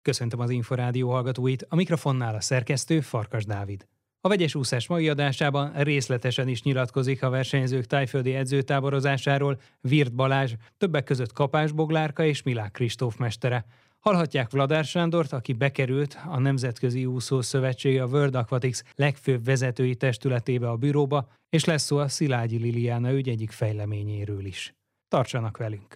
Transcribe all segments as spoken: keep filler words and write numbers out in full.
Köszöntöm az Inforádió hallgatóit, a mikrofonnál a szerkesztő Farkas Dávid. A vegyes úszás mai adásában részletesen is nyilatkozik a versenyzők tájföldi edzőtáborozásáról Virth Balázs, többek között Kapás Boglárka és Milák Kristóf mestere. Hallhatják Vladár Sándort, aki bekerült a Nemzetközi Úszó Szövetség, a World Aquatics legfőbb vezetői testületébe, a büróba, és lesz szó a Szilágyi Liliana ügy egyik fejleményéről is. Tartsanak velünk!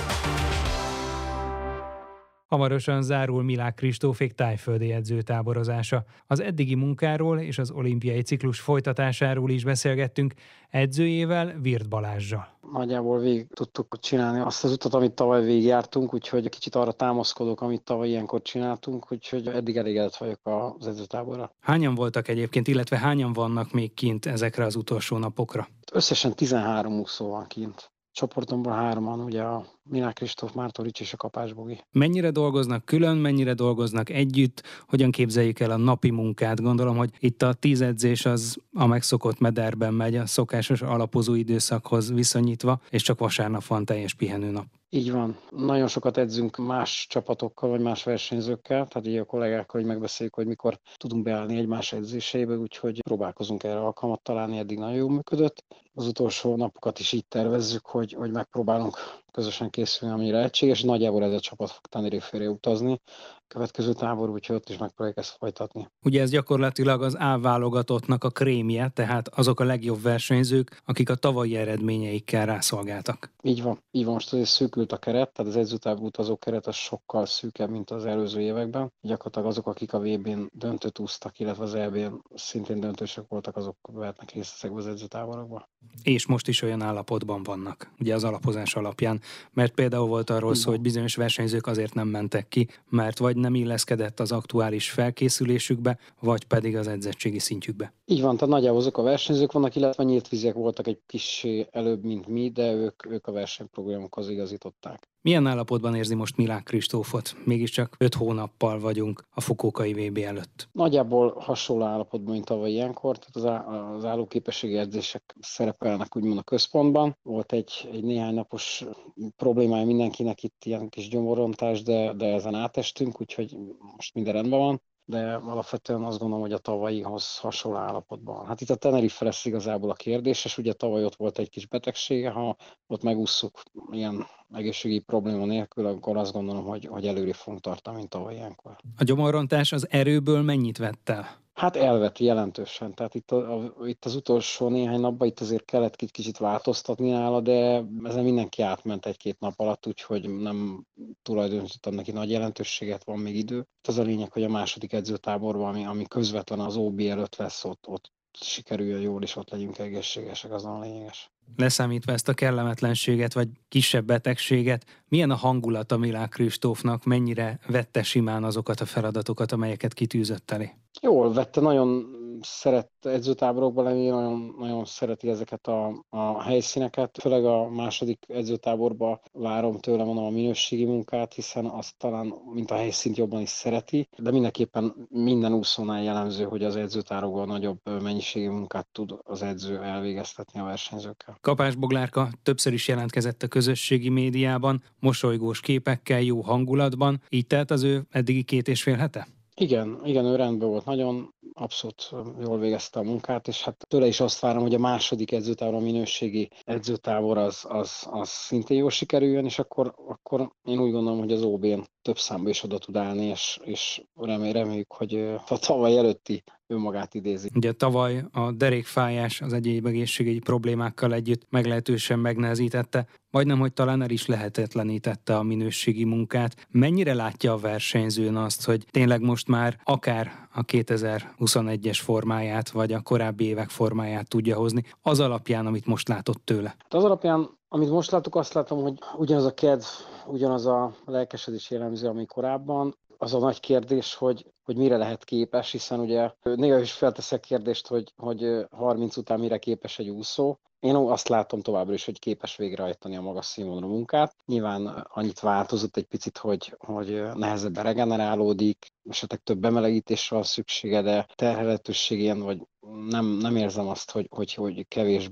Hamarosan zárul Milák Kristófék tájföldi edzőtáborozása. Az eddigi munkáról és az olimpiai ciklus folytatásáról is beszélgettünk edzőjével, Virth Balázssal. Nagyjából végig tudtuk csinálni azt az utat, amit tavaly végigjártunk, úgyhogy kicsit arra támaszkodok, amit tavaly ilyenkor csináltunk, úgyhogy eddig elégedett vagyok az edzőtáborra. Hányan voltak egyébként, illetve hányan vannak még kint ezekre az utolsó napokra? Összesen tizenhárom úszó van kint. Csoportomban hárman, ugye a Milák Kristóf, Mártorics és a Kapás Bogi. Mennyire dolgoznak külön, mennyire dolgoznak együtt, hogyan képzeljük el a napi munkát? Gondolom, hogy itt a tíz edzés az a megszokott mederben megy, a szokásos alapozó időszakhoz viszonyítva, és csak vasárnap van teljes pihenőnap. Így van. Nagyon sokat edzünk más csapatokkal, vagy más versenyzőkkel, tehát így a kollégákkal, hogy megbeszéljük, hogy mikor tudunk beállni egymás edzéseibe, úgyhogy próbálkozunk erre alkalmat találni, eddig nagyon jól működött. Az utolsó napokat is így tervezzük, hogy, hogy megpróbálunk közösen készülni, amire lehetséges. Nagyjából ez a csapat fog Tenerifére utazni a következő tábor, úgyhogy ott is megpróbáljuk ezt folytatni. Ugye ez gyakorlatilag az A válogatottnak a krémje, tehát azok a legjobb versenyzők, akik a tavalyi eredményeikkel rászolgáltak. Így van, így van, most azért szűkült a keret, tehát az edzőtábor utazó keret az sokkal szűkebb, mint az előző években. Gyakorlatilag azok, akik a vé bén döntőt úsztak, illetve az é bén szintén döntősök voltak, azok vehetnek részt ezekbe az edzőtáborokba. És most is olyan állapotban vannak, ugye az alapozás alapján, mert például volt arról szó, hogy bizonyos versenyzők azért nem mentek ki, mert vagy nem illeszkedett az aktuális felkészülésükbe, vagy pedig az edzettségi szintjükbe. Így van, tehát nagyjából azok a versenyzők vannak, illetve nyílt víziek voltak egy kis előbb, mint mi, de ők, ők a versenyprogramokhoz igazították. Milyen állapotban érzi most Milák Kristófot? Mégiscsak öt hónappal vagyunk a Fukuokai vé bé előtt. Nagyjából hasonló állapotban, mint tavaly ilyenkor, tehát az, á, az állóképességi edzések szerepelnek úgymond a központban. Volt egy, egy néhány napos problémája mindenkinek, itt ilyen kis gyomorrontás, de, de ezen átestünk, úgyhogy most minden rendben van. De alapvetően azt gondolom, hogy a tavalyihoz hasonló állapotban van. Hát itt a Tenerife lesz igazából a kérdéses, ugye tavaly ott volt egy kis betegsége, ha ott megússzuk ilyen egészségügyi probléma nélkül, akkor azt gondolom, hogy, hogy előre fogunk tartani, mint tavaly ilyenkor. A gyomorrontás az erőből mennyit vett el? Hát elvett jelentősen, tehát itt, a, a, itt az utolsó néhány napban itt azért kellett egy kicsit változtatni nála, de ezen mindenki átment egy-két nap alatt, úgyhogy nem tulajdonítottam neki nagy jelentőséget, van még idő. Az a lényeg, hogy a második edzőtáborban, ami, ami közvetlen az ó bé előtt lesz, ott, ott sikerüljön jól, és ott legyünk egészségesek, az a lényeges. Leszámítva ezt a kellemetlenséget, vagy kisebb betegséget, milyen a hangulat a Milák Kristófnak, mennyire vette simán azokat a feladatokat, amelyeket kitűzött elé? Jól vette, nagyon szeret edzőtáborokban lenni, nagyon, nagyon szereti ezeket a, a helyszíneket. Főleg a második edzőtáborban várom tőle mondom a minőségi munkát, hiszen azt talán, mint a helyszínt jobban is szereti, de mindenképpen minden úszónál jellemző, hogy az edzőtáborban nagyobb mennyiségi munkát tud az edző elvégeztetni a versenyzőkkel. Kapás Boglárka többször is jelentkezett a közösségi médiában, mosolygós képekkel, jó hangulatban, így telt az ő eddigi két és fél hete? Igen, igen, ő rendben volt, nagyon abszolút jól végezte a munkát, és hát tőle is azt várom, hogy a második edzőtábor, a minőségi edzőtábor az, az, az szintén jól sikerüljön, és akkor, akkor én úgy gondolom, hogy az ó bén több számba is oda tud állni, és, és remély, reméljük, hogy a tavaly előtti önmagát idézi. Ugye tavaly a derékfájás az egyéb egészségügyi problémákkal együtt meglehetősen megnehezítette, majdnem, hogy talán el is lehetetlenítette a minőségi munkát. Mennyire látja a versenyzőn azt, hogy tényleg most már akár a kétezer-huszonegyes formáját, vagy a korábbi évek formáját tudja hozni, az alapján, amit most látott tőle? Az alapján, amit most látok, azt látom, hogy ugyanaz a kedv, ugyanaz a lelkesedés jellemző, ami korábban. Az a nagy kérdés, hogy, hogy mire lehet képes, hiszen ugye néha is felteszek kérdést, hogy, hogy harminc után mire képes egy úszó. Én azt látom továbbra is, hogy képes végrehajtani a magas színvonalú munkát. Nyilván annyit változott egy picit, hogy, hogy nehezebben regenerálódik, esetleg több bemelegítésre van szüksége, de terhelhetőségén, vagy nem, nem érzem azt, hogy, hogy, hogy kevésbé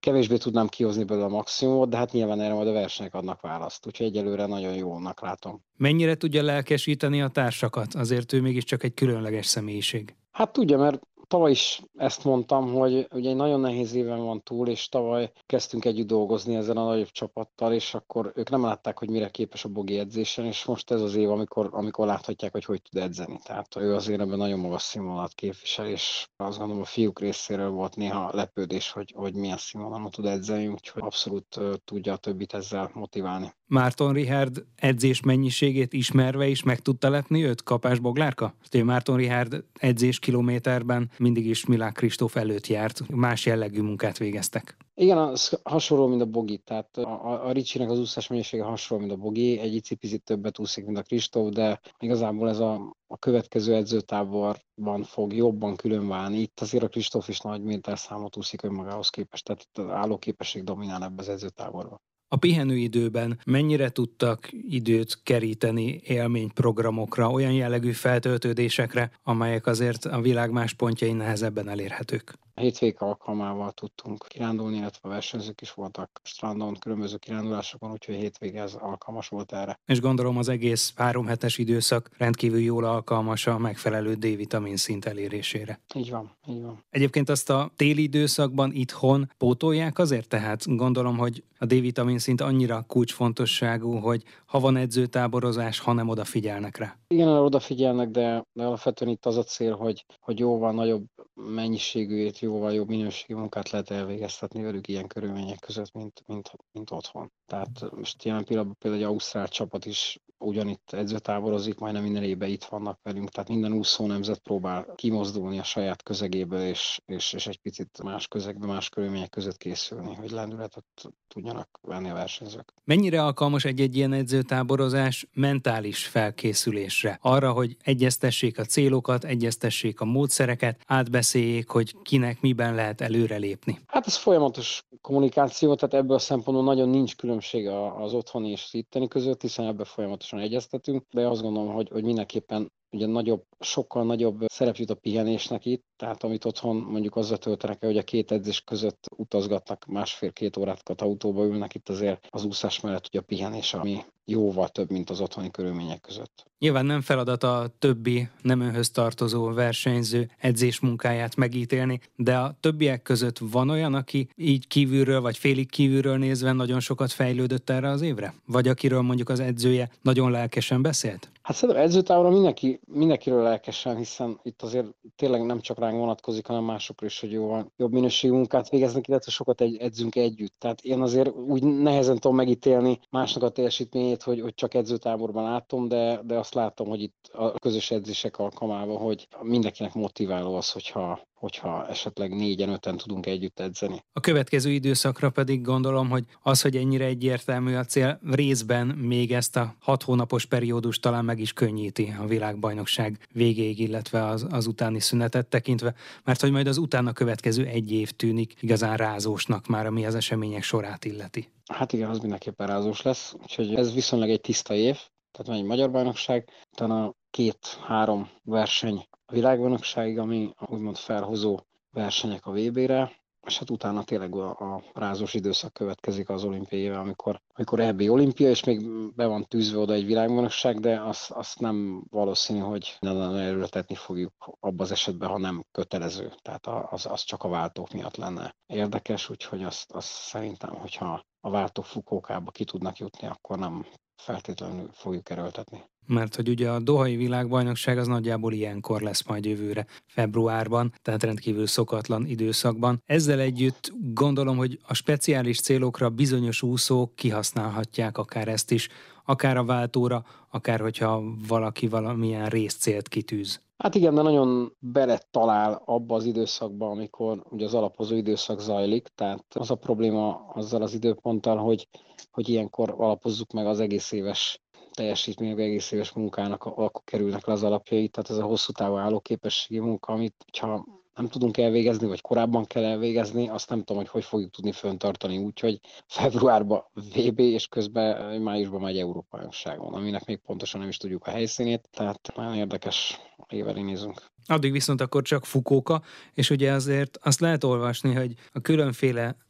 kevésbé tudnám kihozni belőle a maximumot, de hát nyilván erre majd a versenyek adnak választ, úgyhogy egyelőre nagyon jónak látom. Mennyire tudja lelkesíteni a társakat? Azért ő mégiscsak egy különleges személyiség. Hát tudja, mert tavaly is ezt mondtam, hogy ugye egy nagyon nehéz éven van túl, és tavaly kezdtünk együtt dolgozni ezzel a nagyobb csapattal, és akkor ők nem látták, hogy mire képes a bogi edzésen, és most ez az év, amikor, amikor láthatják, hogy hogy tud edzeni. Tehát ő azért ebben nagyon magas színvonalat képvisel, és azt gondolom a fiúk részéről volt néha lepődés, hogy, hogy milyen színvonalon tud edzeni, úgyhogy abszolút uh, tudja a többit ezzel motiválni. Márton Richárd edzés mennyiségét ismerve is meg tudta lepni őt Kapás Boglárka? Márton Richárd edzés kilométerben mindig is Milák Kristóf előtt járt, más jellegű munkát végeztek. Igen, az hasonló, mint a bogi, tehát a, a, a Ricsinek az úszás mennyisége hasonló, mint a bogi, egy icipicit többet úszik, mint a Kristóf, de igazából ez a, a következő edzőtáborban fog jobban különválni. Itt azért a Kristóf is nagy méterszámot úszik önmagához képest, tehát itt az állóképesség dominál ebbe az edzőtáborban. A pihenőidőben mennyire tudtak időt keríteni élményprogramokra, olyan jellegű feltöltődésekre, amelyek azért a világ más pontjain nehezebben elérhetők? A hétvége alkalmával tudtunk kirándulni, illetve versenyzők is voltak strandon, különböző kirándulásokon, úgyhogy a hétvége ez alkalmas volt erre. És gondolom az egész három hetes időszak rendkívül jól alkalmas a megfelelő D-vitamin szint elérésére. Így van, így van. Egyébként azt a téli időszakban itthon pótolják azért, tehát gondolom, hogy a D-vitamin szint annyira kulcsfontosságú, hogy ha van edzőtáborozás, ha nem odafigyelnek rá. Igen, odafigyelnek, de, de alapvetően itt az a cél, hogy, hogy jóval nagyobb mennyiségű, jóval jobb minőségű munkát lehet elvégeztetni velük ilyen körülmények között, mint, mint, mint otthon. Tehát most jelen pillanatban például egy ausztrál csapat is ugyanitt edzőtáborozik, majdnem minden évben itt vannak velünk, tehát minden úszó nemzet próbál kimozdulni a saját közegéből, és, és, és egy picit más közegbe, más körülmények között készülni, hogy lendületet tudjanak venni a versenyzők. Mennyire alkalmas egy-egy ilyen edzőtáborozás mentális felkészülésre? Arra, hogy egyeztessék a célokat, egyeztessék a módszereket, átbeszéljék, hogy kinek miben lehet előrelépni? Hát ez folyamatos kommunikáció, tehát ebből a szempontból nagyon nincs különbség az otthoni és az itteni között, hiszen ebben folyamatosan egyeztetünk, de azt gondolom, hogy, hogy mindenképpen ugye nagyobb, sokkal nagyobb szerep jut a pihenésnek itt, tehát amit otthon mondjuk azzal töltenek el, hogy a két edzés között utazgatnak, másfél-két órát autóba ülnek, itt azért az úszás mellett ugye a pihenés, ami jóval több, mint az otthoni körülmények között. Nyilván nem feladat a többi nem önhöz tartozó versenyző edzés munkáját megítélni, de a többiek között van olyan, aki így kívülről vagy félig kívülről nézve nagyon sokat fejlődött erre az évre? Vagy akiről mondjuk az edzője nagyon lelkesen beszélt? Hát szerintem edzőtáborban mindenki, mindenkiről lelkesen, hiszen itt azért tényleg nem csak ránk vonatkozik, hanem másokra is, hogy jóval jobb minőségű munkát végeznek, illetve sokat egy, edzünk együtt. Tehát én azért úgy nehezen tudom megítélni másnak a teljesítményét, hogy, hogy csak edzőtáborban látom, de, de azt látom, hogy itt a közös edzések alkalmával, hogy mindenkinek motiváló az, hogyha hogyha esetleg négyen, öten tudunk együtt edzeni. A következő időszakra pedig gondolom, hogy az, hogy ennyire egyértelmű a cél, részben még ezt a hat hónapos periódust talán meg is könnyíti a világbajnokság végéig, illetve az, az utáni szünetet tekintve, mert hogy majd az utána következő egy év tűnik igazán rázósnak már, ami az események sorát illeti. Hát igen, az mindenképpen rázós lesz, úgyhogy ez viszonylag egy tiszta év, tehát van egy magyar bajnokság, utána két-három verseny a világbajnokságig, ami úgymond felhozó versenyek a vé bé-re, és hát utána tényleg a, a rázós időszak következik az olimpiai éve, amikor, amikor é bé olimpia, és még be van tűzve oda egy világbajnokság, de azt, azt nem valószínű, hogy nem erőltetni fogjuk abban az esetben, ha nem kötelező. Tehát az, az csak a váltók miatt lenne érdekes, úgyhogy azt, azt szerintem, hogyha a váltók Fukuokába ki tudnak jutni, akkor nem feltétlenül fogjuk erőltetni. Mert hogy ugye a dohai világbajnokság az nagyjából ilyenkor lesz majd jövőre, februárban, tehát rendkívül szokatlan időszakban. Ezzel együtt gondolom, hogy a speciális célokra bizonyos úszók kihasználhatják akár ezt is, akár a váltóra, akár hogyha valaki valamilyen részcélt kitűz. Hát igen, de nagyon bele talál abba az időszakba, amikor ugye az alapozó időszak zajlik, tehát az a probléma azzal az időponttal, hogy, hogy ilyenkor alapozzuk meg az egész éves teljesítmény, egész éves munkának, akkor kerülnek le az alapjai, tehát ez a hosszú távú állóképességi munka, amit ha nem tudunk elvégezni, vagy korábban kell elvégezni, azt nem tudom, hogy hogy fogjuk tudni föntartani, úgyhogy februárban vé bé, és közben májusban megy Európa-bajnokságon, aminek még pontosan nem is tudjuk a helyszínét, tehát nagyon érdekes évvel nézünk. Addig viszont akkor csak Fukuoka, és ugye azért azt lehet olvasni, hogy a különféle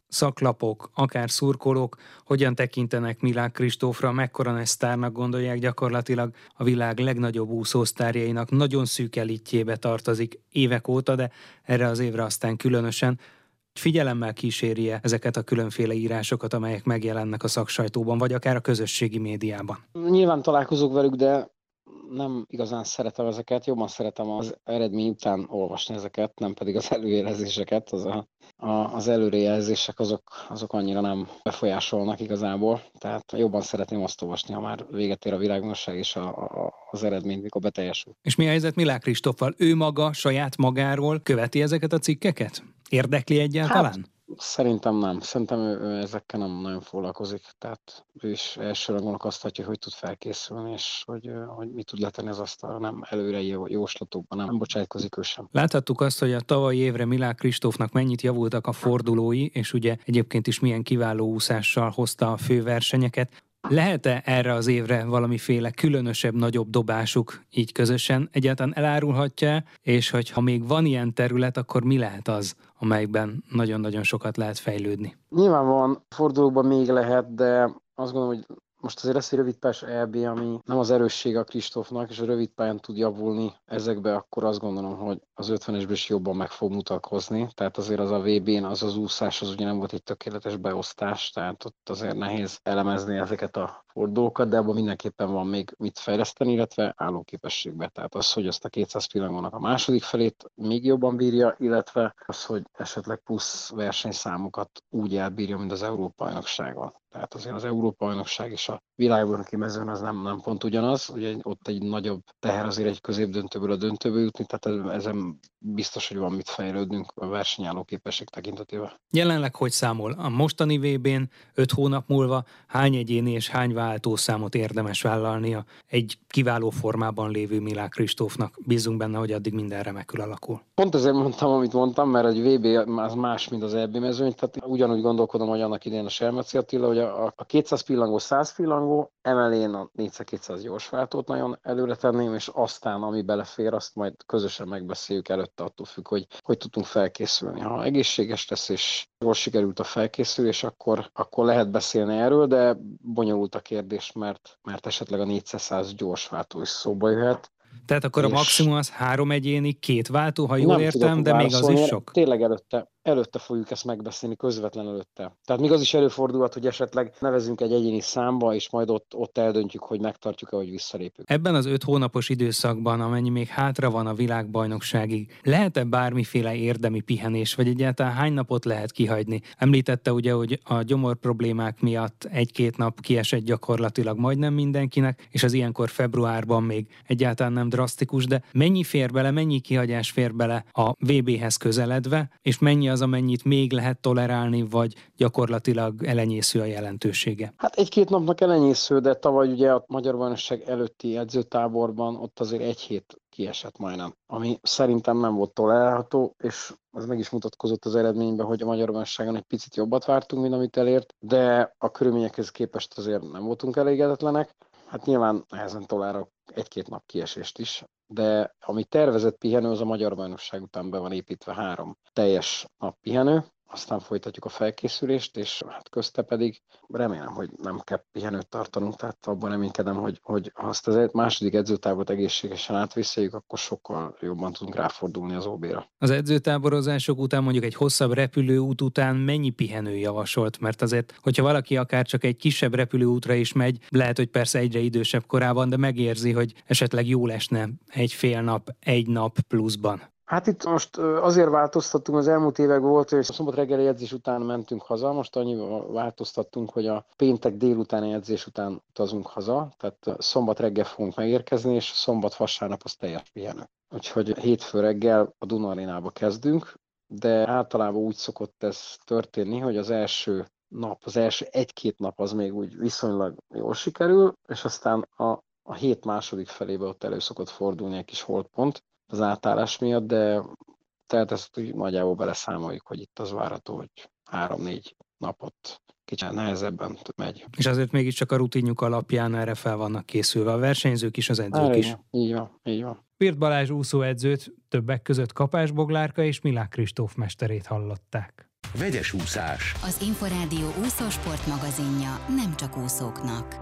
szaklapok, akár szurkolók hogyan tekintenek Milák Kristófra, mekkora nagy sztárnak gondolják, gyakorlatilag a világ legnagyobb úszósztárjainak nagyon szűk elitjébe tartozik évek óta, de erre az évre aztán különösen. Figyelemmel kíséri-e ezeket a különféle írásokat, amelyek megjelennek a szaksajtóban, vagy akár a közösségi médiában? Nyilván találkozok velük, de nem igazán szeretem ezeket, jobban szeretem az eredmény után olvasni ezeket, nem pedig az előjelzéseket. Az, a, a, az előrejelzések azok, azok annyira nem befolyásolnak igazából, tehát jobban szeretném azt olvasni, ha már véget ér a világbajnokság és a, a, az eredmény, mikor beteljesül. És mi a helyzet Milák Kristóffal? Ő maga saját magáról követi ezeket a cikkeket? Érdekli egyáltalán? Hát, szerintem nem. Szerintem ő, ő ezekkel nem nagyon foglalkozik. Tehát ő is elsőre gondolkoztatja, hogy tud felkészülni, és hogy, hogy mit tud letenni az asztalra. Nem előre jóslatokban, nem bocsátkozik ő sem. Láthattuk azt, hogy a tavalyi évre Milák Kristófnak mennyit javultak a fordulói, és ugye egyébként is milyen kiváló úszással hozta a főversenyeket. Lehet-e erre az évre valamiféle különösebb, nagyobb dobásuk így közösen? Egyáltalán elárulhatja, és hogyha még van ilyen terület, akkor mi lehet az, amelyben nagyon-nagyon sokat lehet fejlődni? Nyilvánvalóan fordulóban még lehet, de azt gondolom, hogy most azért lesz egy rövidpályás é bé, ami nem az erőssége a Kristófnak, és a rövidpályán tud javulni ezekbe, akkor azt gondolom, hogy az ötvenesben is jobban meg fog mutatkozni. Tehát azért az a vé bén, az az úszás, az ugye nem volt egy tökéletes beosztás, tehát ott azért nehéz elemezni ezeket a fordulókat, de abban mindenképpen van még mit fejleszteni, illetve állóképességbe. Tehát az, hogy azt a kétszáz pillangónak a második felét még jobban bírja, illetve az, hogy esetleg plusz versenyszámokat úgy elbírja, mint az Európa-bajnokságon. Tehát azért az Európa-bajnokság és a világbajnoki mezőn az nem, nem pont ugyanaz, ugye ott egy nagyobb teher azért egy középdöntőből a döntőbe jutni, tehát ezen biztos, hogy van mit fejlődnünk a versenyálló képesség tekintetében. Jelenleg hogy számol? A mostani vé bén öt hónap múlva hány egyéni és hány váltószámot érdemes vállalnia egy kiváló formában lévő Milák Kristófnak? Bízunk benne, hogy addig minden remekül alakul. Pont ezért mondtam, amit mondtam, mert egy vé bé az más, mint az é bé mezőny, tehát ugyanúgy gondolkodom, hogy annak idején a Selmeci Attila, hogy a, a kétszáz pillangó, száz pillangó, emelén a négyszáz-kétszáz gyorsváltót nagyon előre tenném, és aztán, ami belefér, azt majd közösen megbeszéljük előtte, attól függ, hogy hogy tudunk felkészülni. Ha egészséges lesz, és jól sikerült a felkészülés, akkor, akkor lehet beszélni erről, de bonyolult a kérdés, mert, mert esetleg a négyszáz gyorsváltó is szóba jöhet. Tehát akkor a maximum az három egyéni, két váltó, ha jól értem, de még az is sok. Tényleg előtte, előtte fogjuk ezt megbeszélni, közvetlen előtte. Tehát még az is előfordulhat, hogy esetleg nevezünk egy egyéni számba, és majd ott, ott eldöntjük, hogy megtartjuk-e, vagy visszalépünk. Ebben az öt hónapos időszakban, amennyi még hátra van a világbajnokságig, lehet-e bármiféle érdemi pihenés, vagy egyáltalán hány napot lehet kihagyni? Említette ugye, hogy a gyomor problémák miatt egy-két nap kiesett gyakorlatilag majdnem mindenkinek, és az ilyenkor februárban még egyáltalán nem drasztikus, de mennyi fér bele, mennyi kihagyás fér bele a vé béhez közeledve, és mennyi az, amennyit még lehet tolerálni, vagy gyakorlatilag elenyésző a jelentősége? Hát egy-két napnak elenyésző, de tavaly ugye a Magyar Bajnokság előtti edzőtáborban ott azért egy hét kiesett majdnem, ami szerintem nem volt tolerálható, és ez meg is mutatkozott az eredményben, hogy a Magyar Bajnokságon egy picit jobbat vártunk, mint amit elért, de a körülményekhez képest azért nem voltunk elégedetlenek. Hát nyilván nehezen tolerálok egy-két nap kiesést is, de ami tervezett pihenő, az a Magyar Bajnokság után be van építve három teljes nap pihenő, aztán folytatjuk a felkészülést, és hát közte pedig remélem, hogy nem kell pihenőt tartanunk, tehát abban reménykedem, hogy, hogy ha azt az második edzőtábort egészségesen átvészeljük, akkor sokkal jobban tudunk ráfordulni az ó béra. Az edzőtáborozások után mondjuk egy hosszabb repülőút után mennyi pihenő javasolt? Mert azért, hogyha valaki akár csak egy kisebb repülőútra is megy, lehet, hogy persze egyre idősebb korában, de megérzi, hogy esetleg jól esne egy fél nap, egy nap pluszban. Hát itt most azért változtattunk, az elmúlt években volt, és a szombat reggeli edzés után mentünk haza, most annyival változtattunk, hogy a péntek délutáni edzés után utazunk haza, tehát szombat reggel fogunk megérkezni, és szombat vasárnap az teljes pihenő. Úgyhogy hétfő reggel a Duna Arénába kezdünk, de általában úgy szokott ez történni, hogy az első nap, az első egy-két nap az még úgy viszonylag jól sikerül, és aztán a, a hét második felébe ott elő szokott fordulni egy kis holdpont az átállás miatt, de tehát ezt úgy nagyjából beleszámoljuk, hogy itt az várható, hogy három-négy napot kicsit nehezebben megy. És azért mégiscsak a rutinjuk alapján erre fel vannak készülve a versenyzők is, az edzők Há, is. Így van, így van. Wirth Balázs úszóedzőt, többek között Kapás Boglárka és Milák Kristóf mesterét hallották. Vegyes úszás. Az Inforádió úszósport magazinja nem csak úszóknak.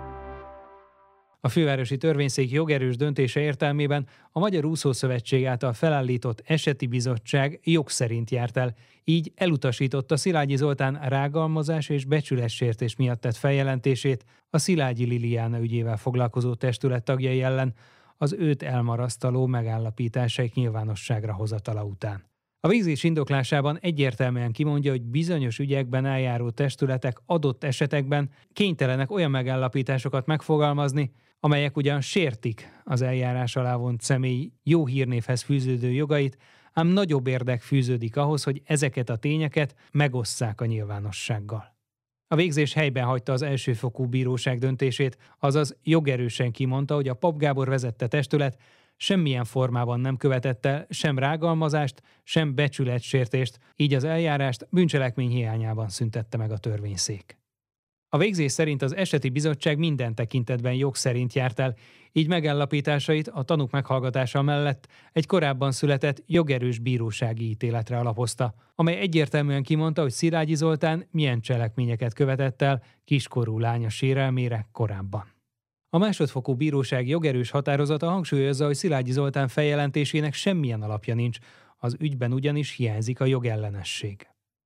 A fővárosi törvényszék jogerős döntése értelmében a Magyar Úszószövetség által felállított eseti bizottság jog szerint járt el, így elutasította Szilágyi Zoltán rágalmazás és becsületsértés miatt tett feljelentését a Szilágyi Liliana ügyével foglalkozó testület tagjai ellen az őt elmarasztaló megállapításaik nyilvánosságra hozatala után. A végzés indoklásában egyértelműen kimondja, hogy bizonyos ügyekben eljáró testületek adott esetekben kénytelenek olyan megállapításokat megfogalmazni, amelyek ugyan sértik az eljárás alá vont személy jó hírnévhez fűződő jogait, ám nagyobb érdek fűződik ahhoz, hogy ezeket a tényeket megosszák a nyilvánossággal. A végzés helyben hagyta az elsőfokú bíróság döntését, azaz jogerősen kimondta, hogy a Papp Gábor vezette testület semmilyen formában nem követett el sem rágalmazást, sem becsületsértést, így az eljárást bűncselekmény hiányában szüntette meg a törvényszék. A végzés szerint az eseti bizottság minden tekintetben jog szerint járt el, így megállapításait a tanúk meghallgatása mellett egy korábban született jogerős bírósági ítéletre alapozta, amely egyértelműen kimondta, hogy Szilágyi Zoltán milyen cselekményeket követett el kiskorú lánya sérelmére korábban. A másodfokú bíróság jogerős határozata hangsúlyozza, hogy Szilágyi Zoltán feljelentésének semmilyen alapja nincs, az ügyben ugyanis hiányzik a jogellenesség.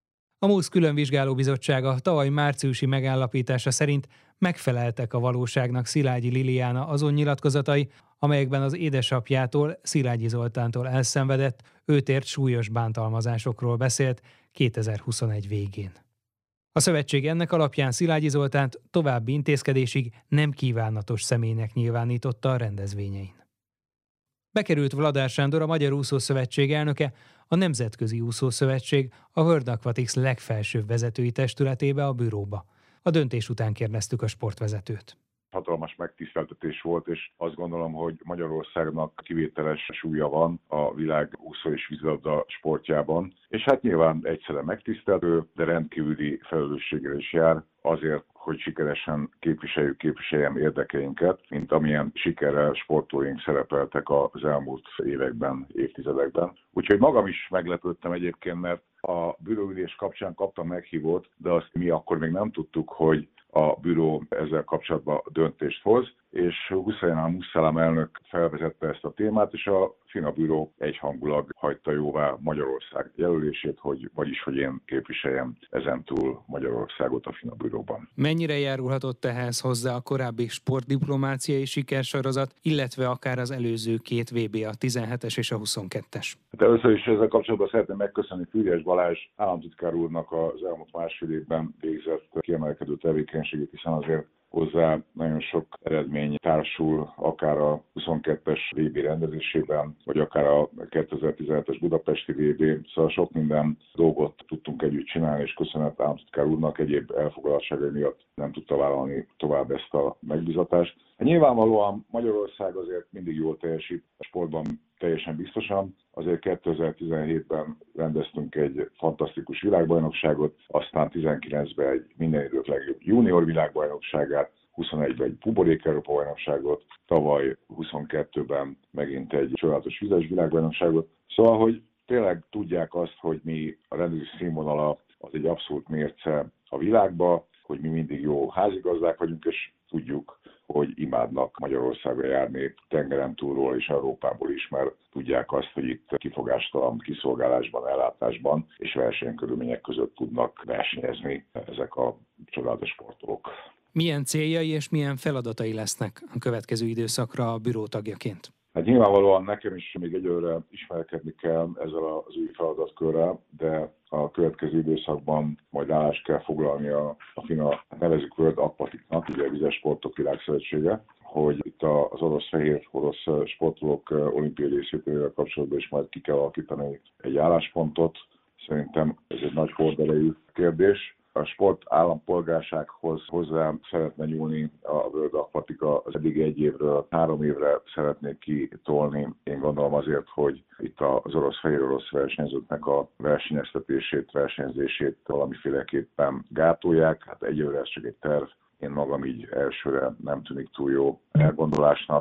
A MUSZ különvizsgálóbizottsága tavaly márciusi megállapítása szerint megfeleltek a valóságnak Szilágyi Liliana azon nyilatkozatai, amelyekben az édesapjától, Szilágyi Zoltántól elszenvedett, őt ért súlyos bántalmazásokról beszélt kétezer-huszonegy végén. A szövetség ennek alapján Szilágyi Zoltánt további intézkedésig nem kívánatos személynek nyilvánította a rendezvényein. Bekerült Vladár Sándor, a Magyar Úszószövetség elnöke, a Nemzetközi Úszószövetség, a World Aquatics legfelsőbb vezetői testületébe, a büróba. A döntés után kérdeztük a sportvezetőt. Hatalmas megtiszteltetés volt, és azt gondolom, hogy Magyarországnak kivételes súlya van a világ úszó és vízilabda sportjában. És hát nyilván egyszerűen megtiszteltő, de rendkívüli felelősséggel is jár azért, hogy sikeresen képviseljük, képviseljem érdekeinket, mint amilyen sikerrel sportolóink szerepeltek az elmúlt években, évtizedekben. Úgyhogy magam is meglepődtem egyébként, mert a bűróülés kapcsán kaptam meghívót, de azt mi akkor még nem tudtuk, hogy a büró ezzel kapcsolatban döntést hoz, és Hussein al-Musallam elnök felvezette ezt a témát, és a FINA büró egyhangulag hagyta jóvá Magyarország jelölését, hogy, vagyis hogy én képviseljem ezentúl Magyarországot a FINA bűróban. Mennyire járulhatott ehhez hozzá a korábbi sportdiplomáciai sikersorozat, illetve akár az előző két vé bé, a tizenhetes és a huszonkettes? Hát először is ezzel kapcsolatban szeretném megköszönni Fűrjes Balázs államtitkár úrnak az elmúlt másfél évben végzett kiemelkedő tevékenységét, hiszen azért hozzá nagyon sok eredmény társul, akár a huszonkettes vé bé rendezésében, vagy akár a kétezer-tizenhetes budapesti vé bé, szóval sok minden dolgot tudtunk együtt csinálni, és köszönet államtitkár úrnak, egyéb elfoglaltságai miatt nem tudta vállalni tovább ezt a megbízatást. Nyilvánvalóan Magyarország azért mindig jól teljesít, a sportban teljesen biztosan. Azért kétezer-tizenhétben rendeztünk egy fantasztikus világbajnokságot, aztán tizenkilencben egy minden idők legjobb junior világbajnokságát, huszonegyben egy buborék Európa bajnokságot, tavaly huszonkettőben megint egy csodálatos vizes világbajnokságot. Szóval, hogy tényleg tudják azt, hogy mi a rendezés színvonala az egy abszolút mérce a világba, hogy mi mindig jó házigazdák vagyunk, és tudjuk, hogy imádnak Magyarországra járni tengeren túlról és Európából is, mert tudják azt, hogy itt kifogástalan kiszolgálásban, ellátásban és versenykörülmények között tudnak versenyezni ezek a csodálatos sportolók. Milyen céljai és milyen feladatai lesznek a következő időszakra a büró tagjaként? Hát nyilvánvalóan nekem is még egyelőre ismerkedni kell ezzel az új feladatkörrel, de a következő időszakban majd állást kell foglalni a, a FINA, nevezzük World Aquaticnak, ugye a Vizes Sportok Világszövetsége, hogy itt az orosz-fehér orosz sportolók olimpiai részvételével kapcsolatban is majd ki kell alakítani egy álláspontot. Szerintem ez egy nagy horderejű kérdés. A sport állampolgársághoz hozzá szeretne nyúlni a World Aquatica, az eddig egy évről három évre szeretnék kitolni. Én gondolom azért, hogy itt az orosz-fehér orosz versenyzőknek a versenyeztetését, versenyzését valamiféleképpen gátolják. Hát egyelőre ez csak egy terv. Én magam így elsőre nem tűnik túl jó elgondolásnak.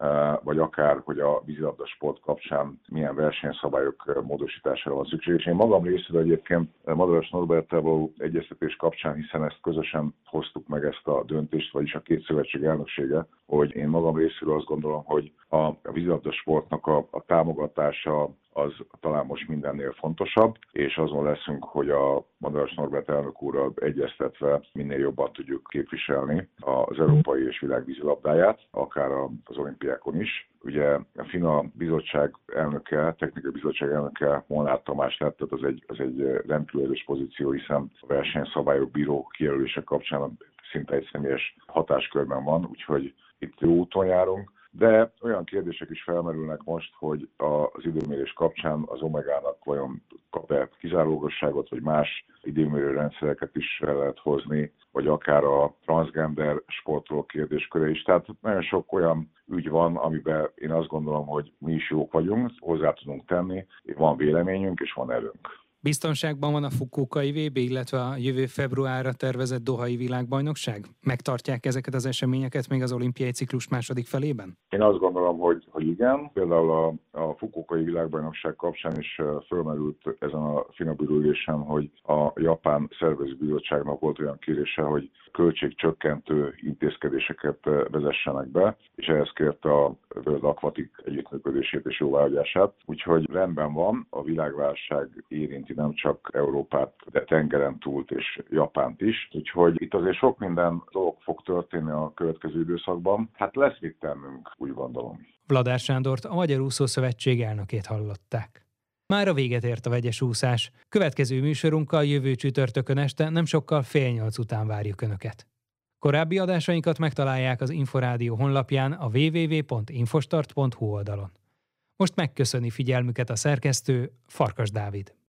vagy akár, hogy a vízilabda sport kapcsán milyen versenyszabályok módosítására van szükség. És én magam részéről egyébként Madaras Norberttel való egyeztetés kapcsán, hiszen ezt közösen hoztuk meg ezt a döntést, vagyis a két szövetség elnöksége, hogy én magam részéről azt gondolom, hogy a, a vízilabda sportnak a, a támogatása az talán most mindennél fontosabb, és azon leszünk, hogy a Madaras Norbert elnök úrral egyeztetve minél jobban tudjuk képviselni az európai és világ vízilabdáját, akár az olimpiákon is. Ugye a FINA bizottság elnöke, technikai bizottság elnöke Molnár Tamás lett, tehát az egy, az egy rendkívül erős pozíció, hiszen a versenyszabályok bíró kijelölése kapcsán szinte egy személyes hatáskörben van, úgyhogy itt jó úton járunk. De olyan kérdések is felmerülnek most, hogy az időmérés kapcsán az Omegának vajon kap-e kizárólagosságot, vagy más időmérő rendszereket is fel lehet hozni, vagy akár a transgender sportról kérdésköre is. Tehát nagyon sok olyan ügy van, amiben én azt gondolom, hogy mi is jók vagyunk, hozzá tudunk tenni, van véleményünk és van erőnk. Biztonságban van a Fukuokai vé bé, illetve a jövő februárra tervezett dohai világbajnokság? Megtartják ezeket az eseményeket még az olimpiai ciklus második felében? Én azt gondolom, hogy, hogy igen. Például a, a Fukuokai világbajnokság kapcsán is fölmerült ezen a FINA bíróülésen, hogy a japán szervezőbizottságnak volt olyan kérése, hogy költségcsökkentő intézkedéseket vezessenek be, és ehhez kérte a World Aquatic együttműködését és jóváhagyását. Úgyhogy rendben van, a világválság érinti nem csak Európát, de tengeren túlt és Japánt is. Úgyhogy itt azért sok minden dolog fog történni a következő időszakban. Hát lesz mit tennünk, úgy gondolom. Vladár Sándort, a Magyar Úszó Szövetség elnökét hallották. Már a véget ért a vegyes úszás. Következő műsorunkkal jövő csütörtökön este nem sokkal fél nyolc után várjuk Önöket. Korábbi adásainkat megtalálják az Inforádió honlapján a double-u double-u double-u pont infostart pont hu oldalon. Most megköszöni figyelmüket a szerkesztő, Farkas Dávid.